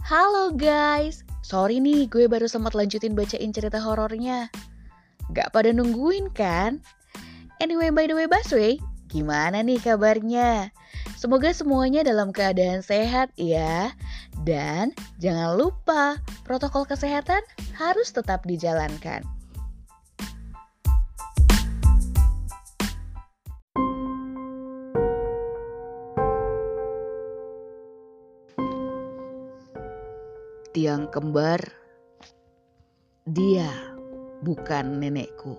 Halo guys, sorry nih gue baru sempat lanjutin bacain cerita horornya. Gak pada nungguin kan? Anyway, by the way Baswe, gimana nih kabarnya? Semoga semuanya dalam keadaan sehat ya. Dan jangan lupa, protokol kesehatan harus tetap dijalankan. Tiang kembar, dia bukan nenekku.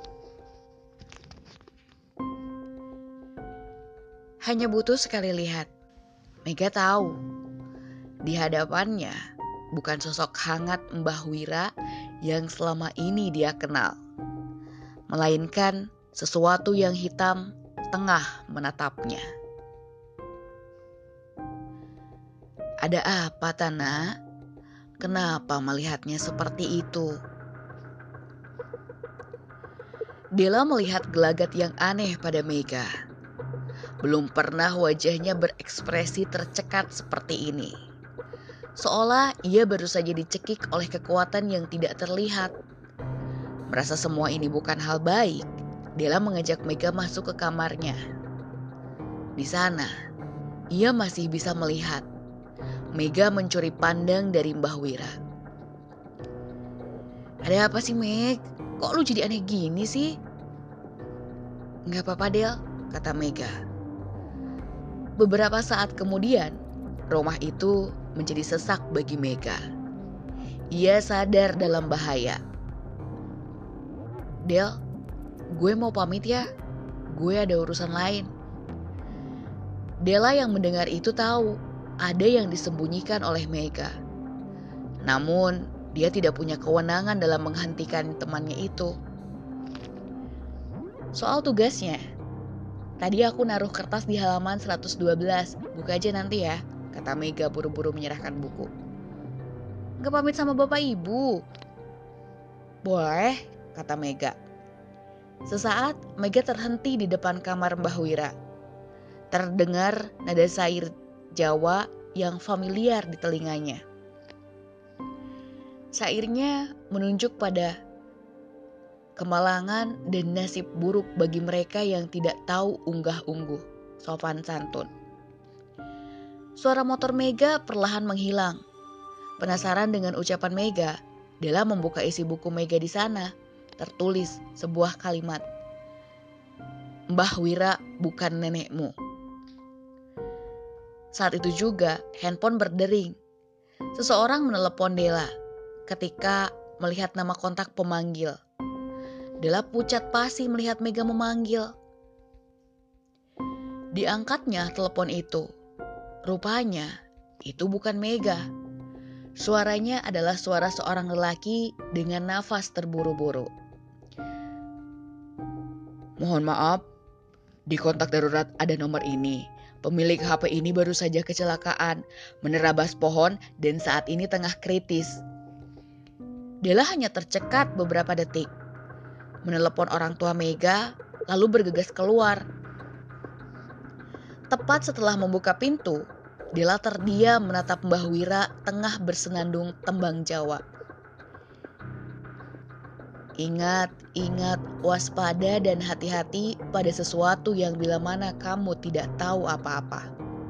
Hanya butuh sekali lihat, Mega tahu di hadapannya bukan sosok hangat Mbah Wira yang selama ini dia kenal, melainkan sesuatu yang hitam tengah menatapnya. Ada apa, Tana? Kenapa melihatnya seperti itu? Della melihat gelagat yang aneh pada Mega. Belum pernah wajahnya berekspresi tercekat seperti ini. Seolah ia baru saja dicekik oleh kekuatan yang tidak terlihat. Merasa semua ini bukan hal baik, Della mengajak Mega masuk ke kamarnya. Di sana, ia masih bisa melihat Mega mencuri pandang dari Mbah Wira. Ada apa sih, Meg? Kok lu jadi aneh gini sih? Gak apa-apa, Del, kata Mega. Beberapa saat kemudian, rumah itu menjadi sesak bagi Mega. Ia sadar dalam bahaya. Del, gue mau pamit ya. Gue ada urusan lain. Della yang mendengar itu tahu ada yang disembunyikan oleh Mega. Namun, dia tidak punya kewenangan dalam menghentikan temannya itu. Soal tugasnya, tadi aku naruh kertas di halaman 112. Buka aja nanti ya, kata Mega buru-buru menyerahkan buku. Gak pamit sama bapak ibu? Boleh, kata Mega. Sesaat, Mega terhenti di depan kamar Mbah Wira. Terdengar nada syair Jawa yang familiar di telinganya. Syairnya menunjuk pada kemalangan dan nasib buruk bagi mereka yang tidak tahu unggah-ungguh, sopan santun. Suara motor Mega perlahan menghilang. Penasaran dengan ucapan Mega, Della membuka isi buku Mega di sana. Tertulis sebuah kalimat. Mbah Wira bukan nenekmu. Saat itu juga handphone berdering. Seseorang menelepon Della ketika melihat nama kontak pemanggil. Della pucat pasi melihat Mega memanggil. Diangkatnya telepon itu. Rupanya itu bukan Mega. Suaranya adalah suara seorang lelaki dengan nafas terburu-buru. Mohon maaf, di kontak darurat ada nomor ini. Pemilik HP ini baru saja kecelakaan, menerabas pohon dan saat ini tengah kritis. Della hanya tercekat beberapa detik. Menelepon orang tua Mega, lalu bergegas keluar. Tepat setelah membuka pintu, Della terdiam menatap Mbah Wira tengah bersenandung tembang Jawa. Ingat, waspada dan hati-hati pada sesuatu yang bila mana kamu tidak tahu apa-apa.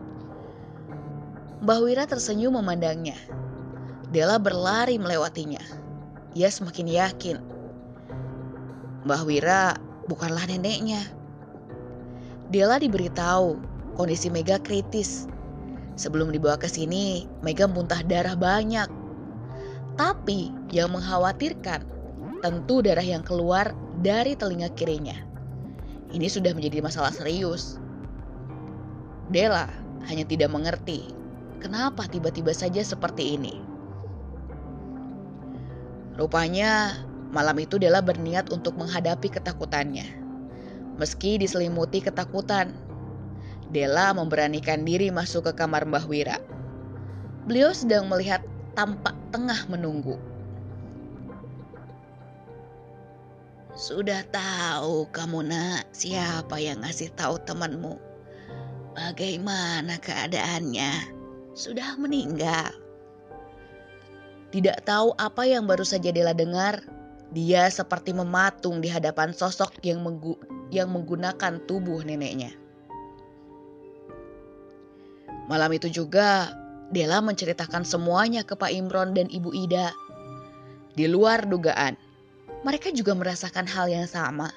Mbah Wira tersenyum memandangnya. Della berlari melewatinya. Ia semakin yakin. Mbah Wira bukanlah neneknya. Della diberitahu kondisi Mega kritis. Sebelum dibawa ke sini, Mega muntah darah banyak. Tapi yang mengkhawatirkan tentu darah yang keluar dari telinga kirinya. Ini sudah menjadi masalah serius. Della hanya tidak mengerti kenapa tiba-tiba saja seperti ini. Rupanya malam itu Della berniat untuk menghadapi ketakutannya. Meski diselimuti ketakutan, Della memberanikan diri masuk ke kamar Mbah Wira. Beliau sedang melihat tampak tengah menunggu. Sudah tahu kamu nak siapa yang ngasih tahu temanmu? Bagaimana keadaannya? Sudah meninggal? Tidak tahu apa yang baru saja Della dengar, dia seperti mematung di hadapan sosok yang menggunakan tubuh neneknya. Malam itu juga, Della menceritakan semuanya ke Pak Imron dan Ibu Ida. Di luar dugaan, mereka juga merasakan hal yang sama.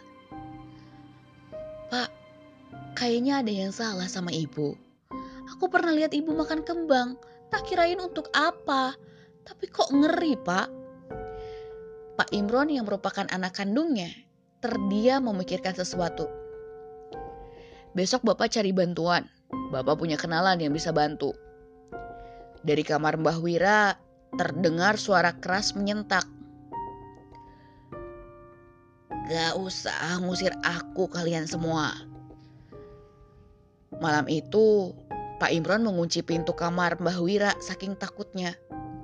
Pak, kayaknya ada yang salah sama ibu. Aku pernah lihat ibu makan kembang, tak kirain untuk apa. Tapi kok ngeri, Pak? Pak Imron yang merupakan anak kandungnya terdiam memikirkan sesuatu. Besok Bapak cari bantuan. Bapak punya kenalan yang bisa bantu. Dari kamar Mbah Wira terdengar suara keras menyentak. Gak usah ngusir aku kalian semua. Malam itu Pak Imron mengunci pintu kamar Mbah Wira saking takutnya.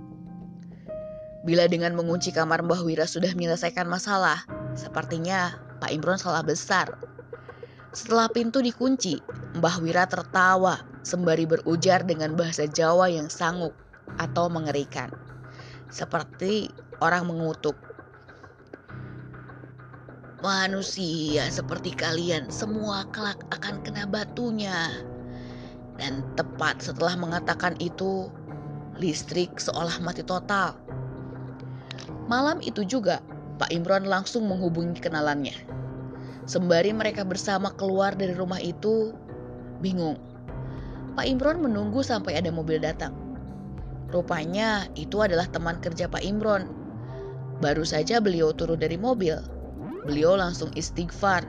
Bila dengan mengunci kamar Mbah Wira sudah menyelesaikan masalah, sepertinya Pak Imron salah besar. Setelah pintu dikunci, Mbah Wira tertawa sembari berujar dengan bahasa Jawa yang sanguk atau mengerikan. Seperti orang mengutuk. Manusia seperti kalian semua kelak akan kena batunya. Dan tepat setelah mengatakan itu, listrik seolah mati total. Malam itu juga, Pak Imron langsung menghubungi kenalannya. Sembari mereka bersama keluar dari rumah itu, bingung. Pak Imron menunggu sampai ada mobil datang. Rupanya itu adalah teman kerja Pak Imron. Baru saja beliau turun dari mobil, beliau langsung istighfar.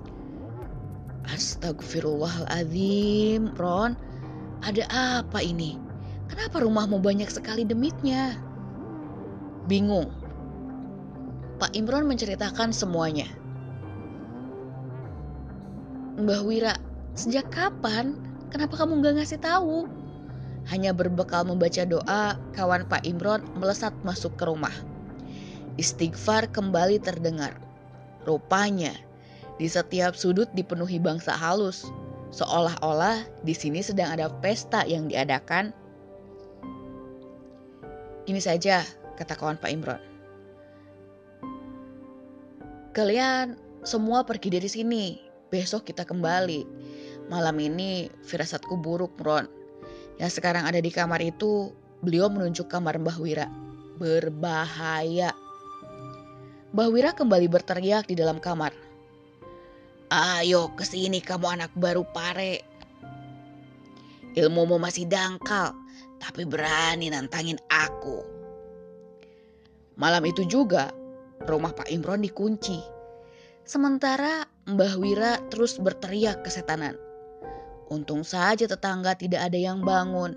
Astagfirullahaladzim, Ron. Ada apa ini? Kenapa rumahmu banyak sekali demitnya? Bingung. Pak Imron menceritakan semuanya. Mbah Wira, sejak kapan? Kenapa kamu gak ngasih tahu? Hanya berbekal membaca doa, kawan Pak Imron melesat masuk ke rumah. Istighfar kembali terdengar. Rupanya, di setiap sudut dipenuhi bangsa halus. Seolah-olah di sini sedang ada pesta yang diadakan. Gini saja, kata kawan Pak Imron. Kalian semua pergi dari sini. Besok kita kembali. Malam ini firasatku buruk, Ron. Yang sekarang ada di kamar itu, beliau menunjuk kamar Mbah Wira. Berbahaya. Mbah Wira kembali berteriak di dalam kamar. Ayo kesini kamu anak baru pare. Ilmumu masih dangkal, tapi berani nantangin aku. Malam itu juga, rumah Pak Imron dikunci. Sementara Mbah Wira terus berteriak kesetanan. Untung saja tetangga tidak ada yang bangun.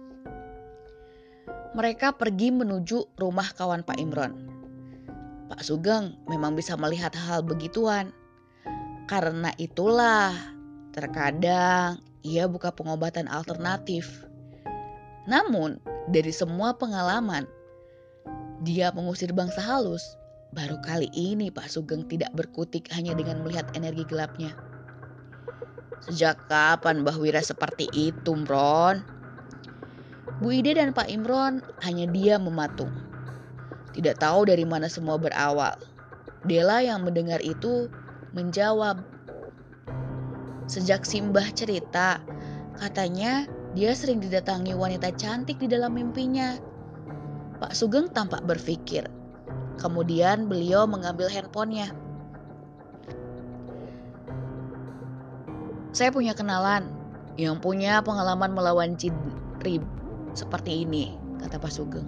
Mereka pergi menuju rumah kawan Pak Imron. Pak Sugeng memang bisa melihat hal begituan. Karena itulah, terkadang ia buka pengobatan alternatif. Namun, dari semua pengalaman, dia mengusir bangsa halus. Baru kali ini Pak Sugeng tidak berkutik hanya dengan melihat energi gelapnya. Sejak kapan Mbah Wira seperti itu, Bron? Bu Ide dan Pak Imron hanya diam mematung. Tidak tahu dari mana semua berawal. Della yang mendengar itu menjawab. Sejak Simbah cerita, katanya dia sering didatangi wanita cantik di dalam mimpinya. Pak Sugeng tampak berpikir. Kemudian beliau mengambil handphonenya. Saya punya kenalan yang punya pengalaman melawan jin rib seperti ini, kata Pak Sugeng.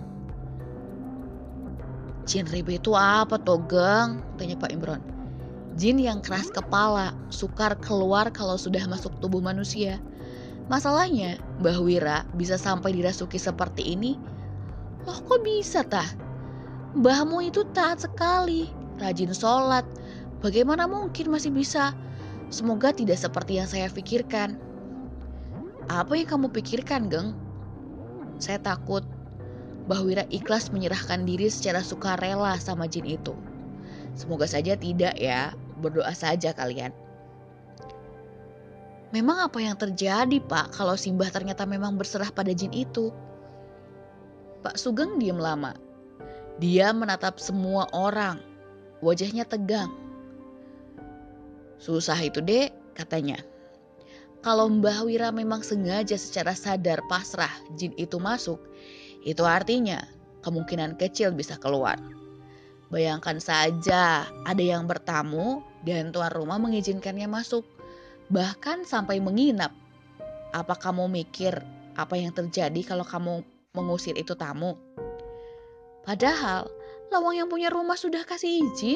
Jin rib itu apa toh, Geng? Tanya Pak Imron. Jin yang keras kepala, sukar keluar kalau sudah masuk tubuh manusia. Masalahnya, Mbah Wira bisa sampai dirasuki seperti ini. Loh kok bisa tah? Mbahmu itu taat sekali, rajin sholat. Bagaimana mungkin masih bisa? Semoga tidak seperti yang saya pikirkan. Apa yang kamu pikirkan, Geng? Saya takut Mbah Wira ikhlas menyerahkan diri secara sukarela sama jin itu. Semoga saja tidak ya, berdoa saja kalian. Memang apa yang terjadi, Pak, kalau Simbah ternyata memang berserah pada jin itu? Pak Sugeng diam lama. Dia menatap semua orang, wajahnya tegang. "Susah itu, Dek," katanya. "Kalau Mbah Wira memang sengaja secara sadar pasrah jin itu masuk, itu artinya kemungkinan kecil bisa keluar. Bayangkan saja ada yang bertamu dan tuan rumah mengizinkannya masuk, bahkan sampai menginap. Apa kamu mikir apa yang terjadi kalau kamu mengusir itu tamu? Padahal lawang yang punya rumah sudah kasih izin."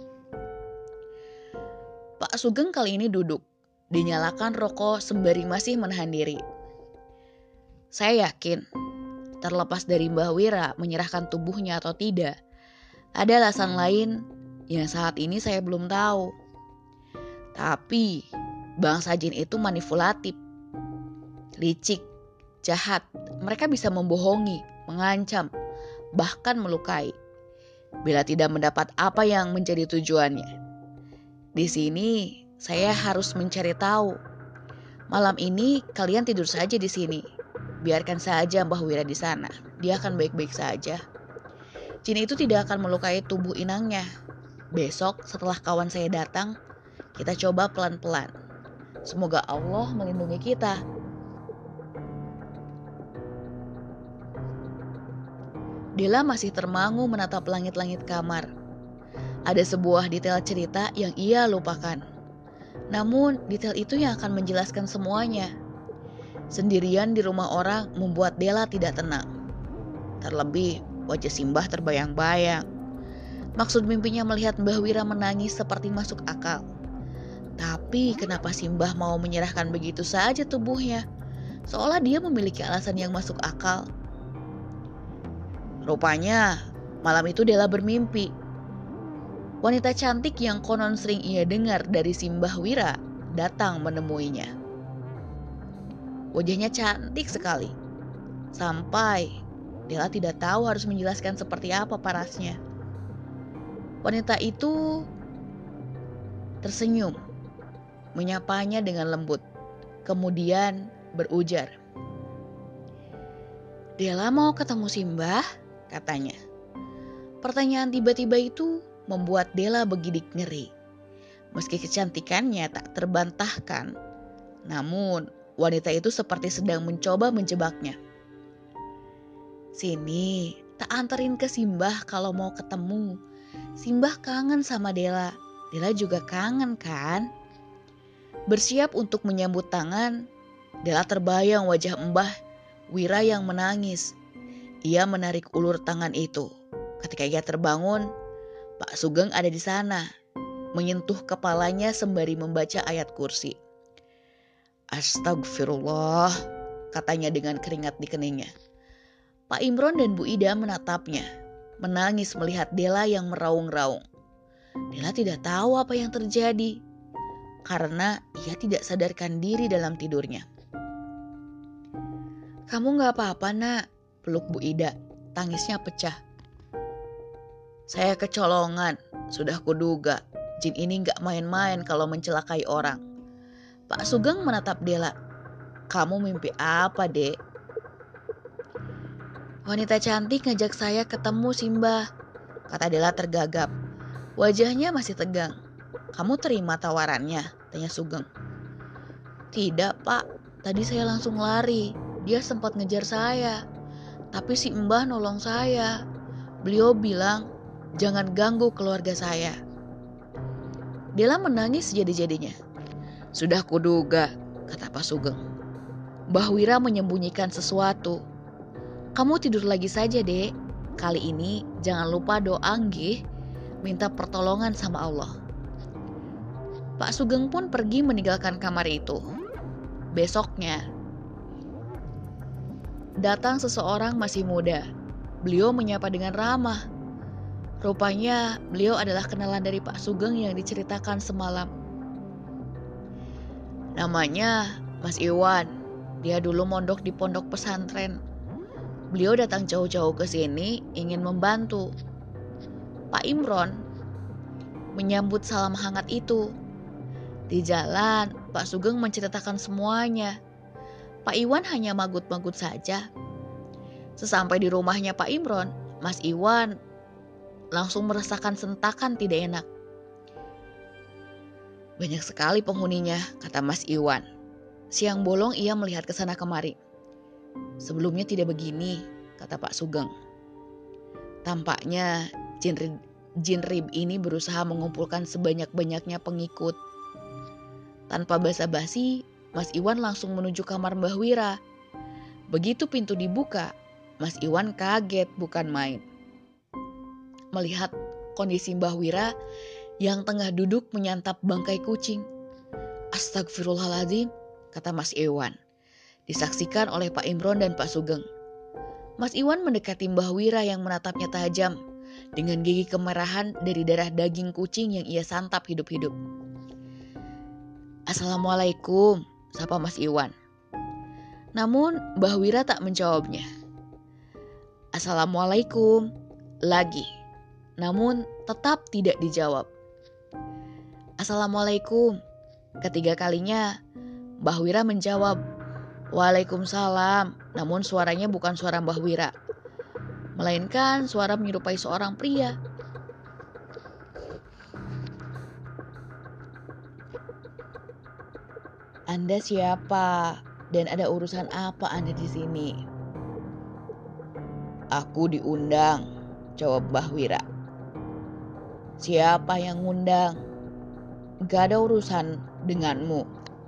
Pak Sugeng kali ini duduk, dinyalakan rokok sembari masih menahan diri. "Saya yakin, terlepas dari Mbah Wira menyerahkan tubuhnya atau tidak, ada alasan lain yang saat ini saya belum tahu. Tapi bangsa jin itu manipulatif, licik, jahat. Mereka bisa membohongi, mengancam, bahkan melukai bila tidak mendapat apa yang menjadi tujuannya. Di sini saya harus mencari tahu. Malam ini kalian tidur saja di sini. Biarkan saja Mbah Wira di sana. Dia akan baik-baik saja. Jin itu tidak akan melukai tubuh inangnya. Besok setelah kawan saya datang, kita coba pelan-pelan. Semoga Allah melindungi kita." Della masih termangu menatap langit-langit kamar. Ada sebuah detail cerita yang ia lupakan. Namun detail itu yang akan menjelaskan semuanya. Sendirian di rumah orang membuat Della tidak tenang. Terlebih wajah Simbah terbayang-bayang. Maksud mimpinya melihat Mbah Wira menangis seperti masuk akal. Tapi kenapa Simbah mau menyerahkan begitu saja tubuhnya? Seolah dia memiliki alasan yang masuk akal. Rupanya malam itu Della bermimpi. Wanita cantik yang konon sering ia dengar dari Simbah Wira datang menemuinya. Wajahnya cantik sekali. Sampai Della tidak tahu harus menjelaskan seperti apa parasnya. Wanita itu tersenyum, menyapanya dengan lembut, kemudian berujar, "Della mau ketemu Simbah?" katanya. Pertanyaan tiba-tiba itu membuat Della bergidik ngeri. Meski kecantikannya tak terbantahkan, namun wanita itu seperti sedang mencoba menjebaknya. "Sini, tak anterin ke Simbah kalau mau ketemu. Simbah kangen sama Della. Della juga kangen kan?" Bersiap untuk menyambut tangan, Della terbayang wajah Mbah Wira yang menangis. Ia menarik ulur tangan itu. Ketika ia terbangun, Pak Sugeng ada di sana, menyentuh kepalanya sembari membaca ayat kursi. "Astagfirullah," katanya dengan keringat di keningnya. Pak Imron dan Bu Ida menatapnya, menangis melihat Della yang meraung-raung. Della tidak tahu apa yang terjadi, karena ia tidak sadarkan diri dalam tidurnya. "Kamu gak apa-apa, Nak?" peluk Bu Ida, tangisnya pecah. "Saya kecolongan, sudah kuduga. Jin ini gak main-main kalau mencelakai orang." Pak Sugeng menatap Della. "Kamu mimpi apa, Dek?" "Wanita cantik ngajak saya ketemu Simbah," kata Della tergagap. Wajahnya masih tegang. "Kamu terima tawarannya?" tanya Sugeng. "Tidak, Pak. Tadi saya langsung lari. Dia sempat ngejar saya. Tapi si Mbah nolong saya. Beliau bilang, jangan ganggu keluarga saya." Della menangis jadi-jadinya. "Sudah kuduga," kata Pak Sugeng. Mbah Wira menyembunyikan sesuatu. "Kamu tidur lagi saja, Dek. Kali ini jangan lupa doa nggih. Minta pertolongan sama Allah." Pak Sugeng pun pergi meninggalkan kamar itu. Besoknya, datang seseorang masih muda. Beliau menyapa dengan ramah. Rupanya beliau adalah kenalan dari Pak Sugeng yang diceritakan semalam. Namanya Mas Iwan. Dia dulu mondok di pondok pesantren. Beliau datang jauh-jauh ke sini ingin membantu. Pak Imron menyambut salam hangat itu. Di jalan, Pak Sugeng menceritakan semuanya. Pak Iwan hanya magut-magut saja. Sesampai di rumahnya Pak Imron, Mas Iwan langsung merasakan sentakan tidak enak. Banyak sekali penghuninya, kata Mas Iwan. Siang bolong ia melihat ke sana kemari. Sebelumnya tidak begini, kata Pak Sugeng. Tampaknya jin rib ini berusaha mengumpulkan sebanyak-banyaknya pengikut. Tanpa basa-basi, Mas Iwan langsung menuju kamar Mbah Wira. Begitu pintu dibuka, Mas Iwan kaget bukan main. Melihat kondisi Mbah Wira yang tengah duduk menyantap bangkai kucing. Astagfirullahaladzim, kata Mas Iwan. Disaksikan oleh Pak Imron dan Pak Sugeng. Mas Iwan mendekati Mbah Wira yang menatapnya tajam dengan gigi kemerahan dari darah daging kucing yang ia santap hidup-hidup. Assalamualaikum, sapa Mas Iwan. Namun Mbah Wira tak menjawabnya. Assalamualaikum, lagi. Namun tetap tidak dijawab. Assalamualaikum. Ketiga kalinya Mbah Wira menjawab, Waalaikumsalam. Namun suaranya bukan suara Mbah Wira, melainkan suara menyerupai seorang pria. Anda siapa? Dan ada urusan apa Anda di sini? Aku diundang, jawab Mbah Wira. Siapa yang ngundang? Gak ada urusan denganmu.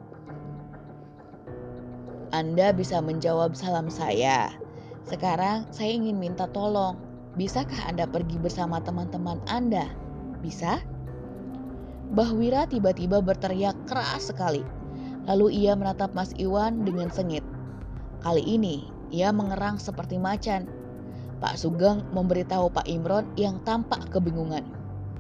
Anda bisa menjawab salam saya. Sekarang saya ingin minta tolong. Bisakah Anda pergi bersama teman-teman Anda? Bisa? Mbah Wira tiba-tiba berteriak keras sekali. Lalu ia menatap Mas Iwan dengan sengit. Kali ini ia mengerang seperti macan. Pak Sugeng memberitahu Pak Imron yang tampak kebingungan.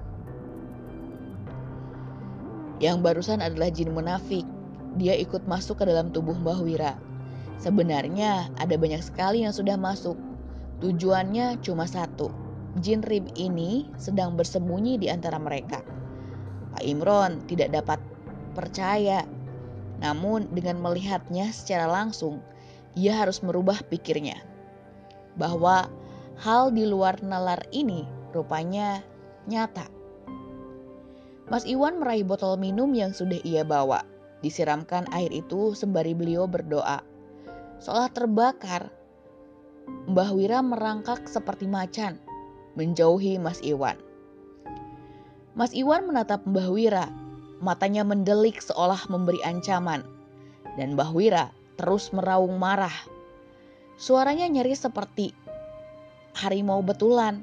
Yang barusan adalah jin munafik. Dia ikut masuk ke dalam tubuh Mbah Wira. Sebenarnya ada banyak sekali yang sudah masuk. Tujuannya cuma satu. Jin rib ini sedang bersembunyi di antara mereka. Pak Imron tidak dapat percaya. Namun dengan melihatnya secara langsung, ia harus merubah pikirnya. Bahwa hal di luar nalar ini rupanya nyata. Mas Iwan meraih botol minum yang sudah ia bawa. Disiramkan air itu sembari beliau berdoa. Seolah terbakar, Mbah Wira merangkak seperti macan, menjauhi Mas Iwan. Mas Iwan menatap Mbah Wira, matanya mendelik seolah memberi ancaman. Dan Mbah Wira terus meraung marah. Suaranya nyaris seperti harimau betulan.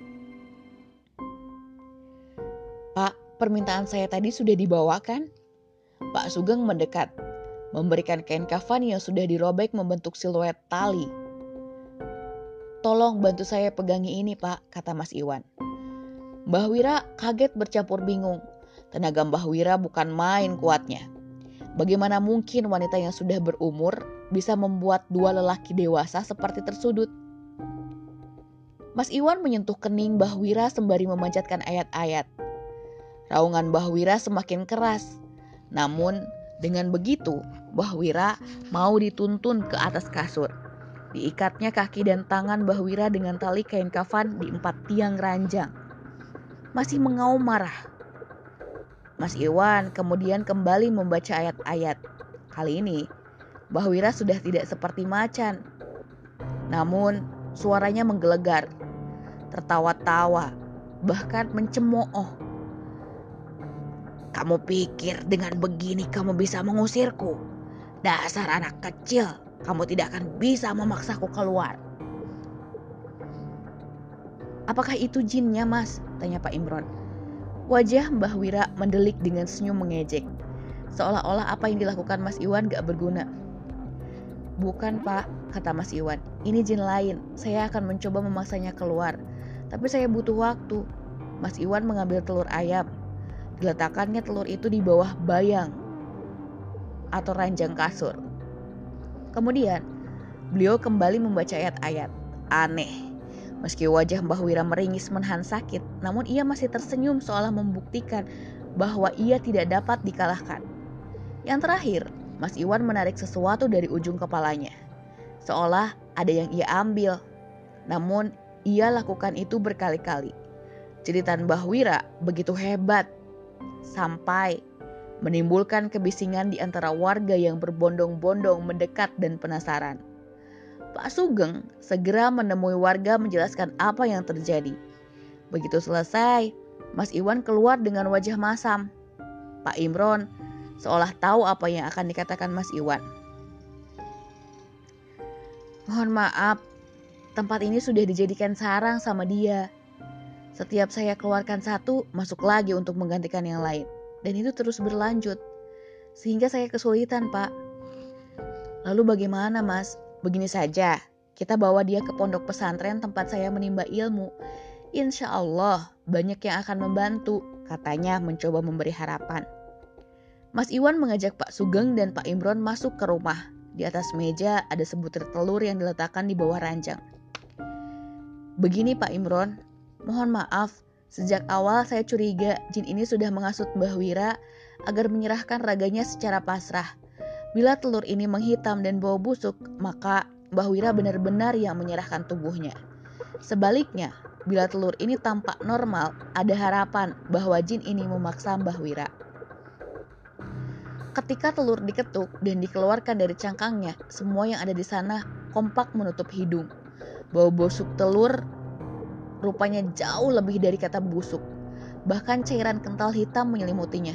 Pak, permintaan saya tadi sudah dibawakan? Pak Sugeng mendekat, memberikan kain kafan yang sudah dirobek membentuk siluet tali. Tolong bantu saya pegangi ini, Pak, kata Mas Iwan. Mbah Wira kaget bercampur bingung. Tenaga Mbah Wira bukan main kuatnya. Bagaimana mungkin wanita yang sudah berumur bisa membuat dua lelaki dewasa seperti tersudut? Mas Iwan menyentuh kening Mbah Wira sembari memanjatkan ayat-ayat. Raungan Mbah Wira semakin keras. Namun dengan begitu Mbah Wira mau dituntun ke atas kasur. Diikatnya kaki dan tangan Mbah Wira dengan tali kain kafan di 4 tiang ranjang. Masih mengaum marah. Mas Iwan kemudian kembali membaca ayat-ayat. Kali ini Mbah Wira sudah tidak seperti macan. Namun suaranya menggelegar, tertawa-tawa, bahkan mencemooh. Kamu pikir dengan begini kamu bisa mengusirku? Dasar anak kecil, kamu tidak akan bisa memaksaku keluar. Apakah itu jinnya, Mas? Tanya Pak Imron. Wajah Mbah Wira mendelik dengan senyum mengejek. Seolah-olah apa yang dilakukan Mas Iwan gak berguna. Bukan, Pak, kata Mas Iwan. Ini jin lain. Saya akan mencoba memaksanya keluar. Tapi saya butuh waktu. Mas Iwan mengambil telur ayam. Diletakkannya telur itu di bawah bayang atau ranjang kasur. Kemudian beliau kembali membaca ayat-ayat. Aneh, meski wajah Mbah Wira meringis menahan sakit, namun ia masih tersenyum seolah membuktikan bahwa ia tidak dapat dikalahkan. Yang terakhir, Mas Iwan menarik sesuatu dari ujung kepalanya. Seolah ada yang ia ambil. Namun ia lakukan itu berkali-kali. Cerita Mbah Wira begitu hebat sampai menimbulkan kebisingan di antara warga yang berbondong-bondong mendekat dan penasaran. Pak Sugeng segera menemui warga menjelaskan apa yang terjadi. Begitu selesai, Mas Iwan keluar dengan wajah masam. Pak Imron seolah tahu apa yang akan dikatakan Mas Iwan. Mohon maaf, tempat ini sudah dijadikan sarang sama dia. Setiap saya keluarkan satu, masuk lagi untuk menggantikan yang lain. Dan itu terus berlanjut. Sehingga saya kesulitan, Pak. Lalu bagaimana, Mas? Begini saja, kita bawa dia ke pondok pesantren tempat saya menimba ilmu. Insya Allah banyak yang akan membantu, katanya mencoba memberi harapan. Mas Iwan mengajak Pak Sugeng dan Pak Imron masuk ke rumah. Di atas meja ada sebutir telur yang diletakkan di bawah ranjang. Begini Pak Imron, mohon maaf, sejak awal saya curiga jin ini sudah menghasut Mbah Wira agar menyerahkan raganya secara pasrah. Bila telur ini menghitam dan bau busuk, maka Mbah Wira benar-benar yang menyerahkan tubuhnya. Sebaliknya, bila telur ini tampak normal, ada harapan bahwa jin ini memaksa Mbah Wira. Ketika telur diketuk dan dikeluarkan dari cangkangnya, semua yang ada di sana kompak menutup hidung. Bau busuk telur rupanya jauh lebih dari kata busuk. Bahkan cairan kental hitam menyelimutinya.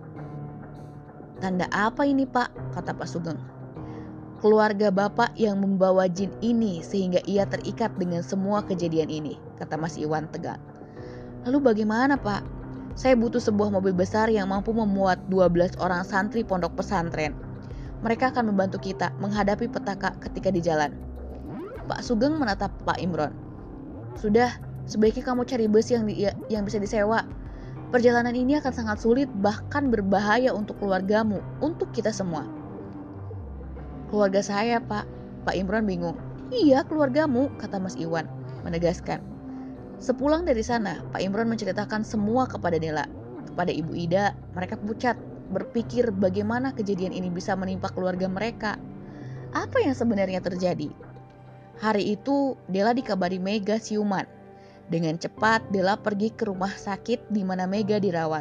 Tanda apa ini, Pak? Kata Pak Sugeng. Keluarga Bapak yang membawa jin ini sehingga ia terikat dengan semua kejadian ini, kata Mas Iwan tegang. Lalu bagaimana, Pak? Saya butuh sebuah mobil besar yang mampu memuat 12 orang santri pondok pesantren. Mereka akan membantu kita menghadapi petaka ketika di jalan. Pak Sugeng menatap Pak Imron. Sudah, sebaiknya kamu cari bus yang bisa disewa. Perjalanan ini akan sangat sulit, bahkan berbahaya untuk keluargamu, untuk kita semua. Keluarga saya, Pak. Pak Imron bingung. Iya, keluargamu, kata Mas Iwan, menegaskan. Sepulang dari sana, Pak Imron menceritakan semua kepada Dela. Kepada Ibu Ida, mereka pucat, berpikir bagaimana kejadian ini bisa menimpa keluarga mereka. Apa yang sebenarnya terjadi? Hari itu, Dela dikabari Mega siuman. Dengan cepat, Dela pergi ke rumah sakit di mana Mega dirawat.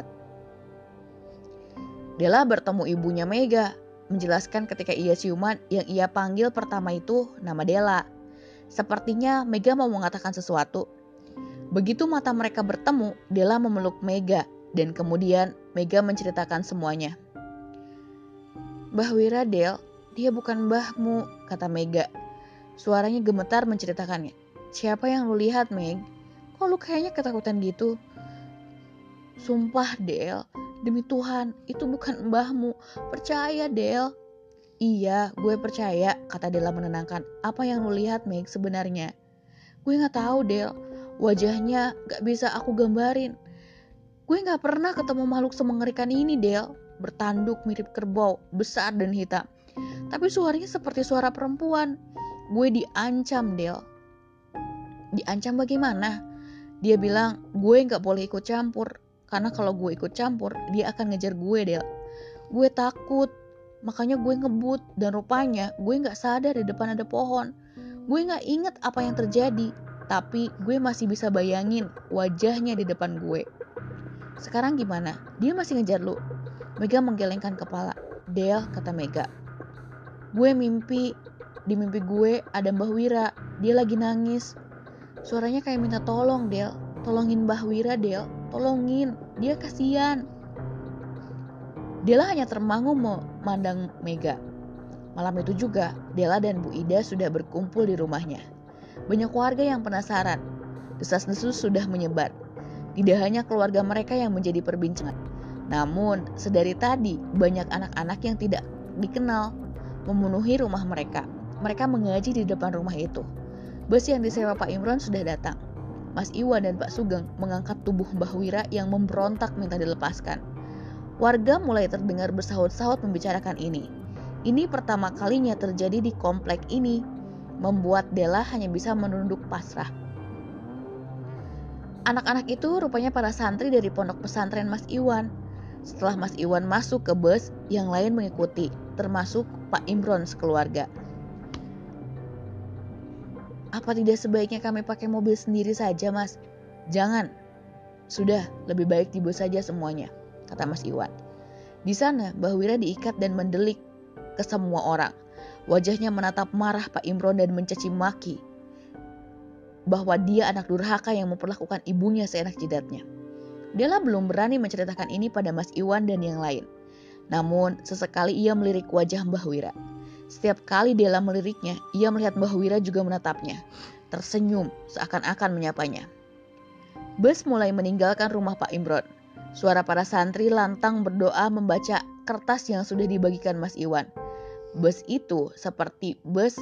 Dela bertemu ibunya Mega, menjelaskan ketika ia siuman yang ia panggil pertama itu nama Dela. Sepertinya Mega mau mengatakan sesuatu. Begitu mata mereka bertemu, Dela memeluk Mega dan kemudian Mega menceritakan semuanya. Mbah Wira, Del, dia bukan mbahmu, kata Mega. Suaranya gemetar menceritakannya. Siapa yang lu lihat, Meg? Kok lu kayaknya ketakutan gitu? Sumpah, Del, demi Tuhan, itu bukan mbahmu. Percaya, Del. Iya, gue percaya, kata Dela menenangkan. Apa yang lu lihat, Meg, sebenarnya? Gue gak tahu, Del. Wajahnya gak bisa aku gambarin. Gue gak pernah ketemu makhluk semengerikan ini, Del. Bertanduk mirip kerbau, besar dan hitam. Tapi suaranya seperti suara perempuan. Gue diancam, Del. Diancam bagaimana? Dia bilang gue gak boleh ikut campur. Karena kalau gue ikut campur, dia akan ngejar gue, Del. Gue takut. Makanya gue ngebut. Dan rupanya gue gak sadar di depan ada pohon. Gue gak inget apa yang terjadi. Tapi gue masih bisa bayangin wajahnya di depan gue. Sekarang gimana? Dia masih ngejar lu? Mega menggelengkan kepala. Del, kata Mega. Gue mimpi. Di mimpi gue ada Mbah Wira. Dia lagi nangis. Suaranya kayak minta tolong, Del. Tolongin Mbah Wira, Del. Tolongin. Dia kasihan. Dela hanya termangu memandang Mega. Malam itu juga, Dela dan Bu Ida sudah berkumpul di rumahnya. Banyak warga yang penasaran. Desas-desus sudah menyebar. Tidak hanya keluarga mereka yang menjadi perbincangan. Namun, sedari tadi banyak anak-anak yang tidak dikenal memenuhi rumah mereka. Mereka mengaji di depan rumah itu. Bus yang disewa Pak Imron sudah datang. Mas Iwan dan Pak Sugeng mengangkat tubuh Mbah Wira yang memberontak minta dilepaskan. Warga mulai terdengar bersahut-sahut membicarakan ini. Ini pertama kalinya terjadi di komplek ini. Membuat Dela hanya bisa menunduk pasrah. Anak-anak itu rupanya para santri dari pondok pesantren Mas Iwan. Setelah Mas Iwan masuk ke bus, yang lain mengikuti, termasuk Pak Imron sekeluarga. Apa tidak sebaiknya kami pakai mobil sendiri saja, Mas? Jangan. Sudah, lebih baik dibus saja semuanya, kata Mas Iwan. Di sana, Mbah Wira diikat dan mendelik ke semua orang. Wajahnya menatap marah Pak Imron dan mencaci maki bahwa dia anak durhaka yang memperlakukan ibunya seenak jidatnya. Della belum berani menceritakan ini pada Mas Iwan dan yang lain. Namun, sesekali ia melirik wajah Mbah Wira. Setiap kali Della meliriknya, ia melihat Mbah Wira juga menatapnya, tersenyum seakan-akan menyapanya. Bus mulai meninggalkan rumah Pak Imron. Suara para santri lantang berdoa membaca kertas yang sudah dibagikan Mas Iwan. Bus itu seperti bus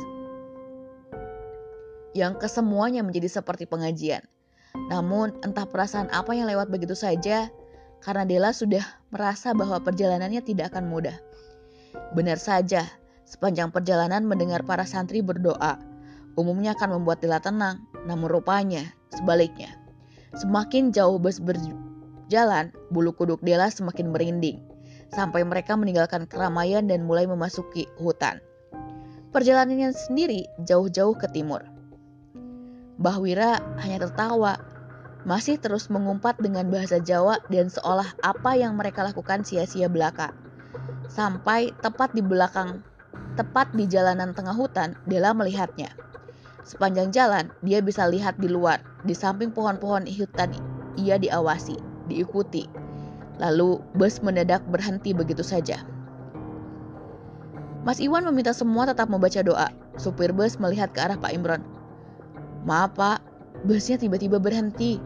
yang kesemuanya menjadi seperti pengajian. Namun entah perasaan apa yang lewat begitu saja, karena Della sudah merasa bahwa perjalanannya tidak akan mudah. Benar saja, sepanjang perjalanan mendengar para santri berdoa, umumnya akan membuat Della tenang, namun rupanya sebaliknya. Semakin jauh bus berjalan, bulu kuduk Della semakin merinding, sampai mereka meninggalkan keramaian dan mulai memasuki hutan. Perjalanannya sendiri jauh-jauh ke timur. Mbah Wira hanya tertawa, masih terus mengumpat dengan bahasa Jawa dan seolah apa yang mereka lakukan sia-sia belaka. Sampai tepat di jalanan tengah hutan, Della melihatnya. Sepanjang jalan, dia bisa lihat di luar, di samping pohon-pohon hutan ia diawasi, diikuti. Lalu bus mendadak berhenti begitu saja. Mas Iwan meminta semua tetap membaca doa. Supir bus melihat ke arah Pak Imron. Maaf Pak, busnya tiba-tiba berhenti.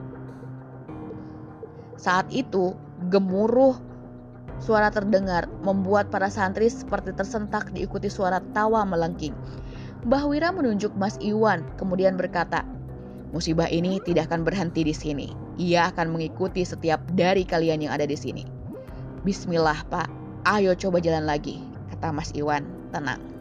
Saat itu, gemuruh suara terdengar, membuat para santri seperti tersentak diikuti suara tawa melengking. Mbah Wira menunjuk Mas Iwan, kemudian berkata, musibah ini tidak akan berhenti di sini. Ia akan mengikuti setiap dari kalian yang ada di sini. Bismillah Pak, ayo coba jalan lagi, kata Mas Iwan tenang.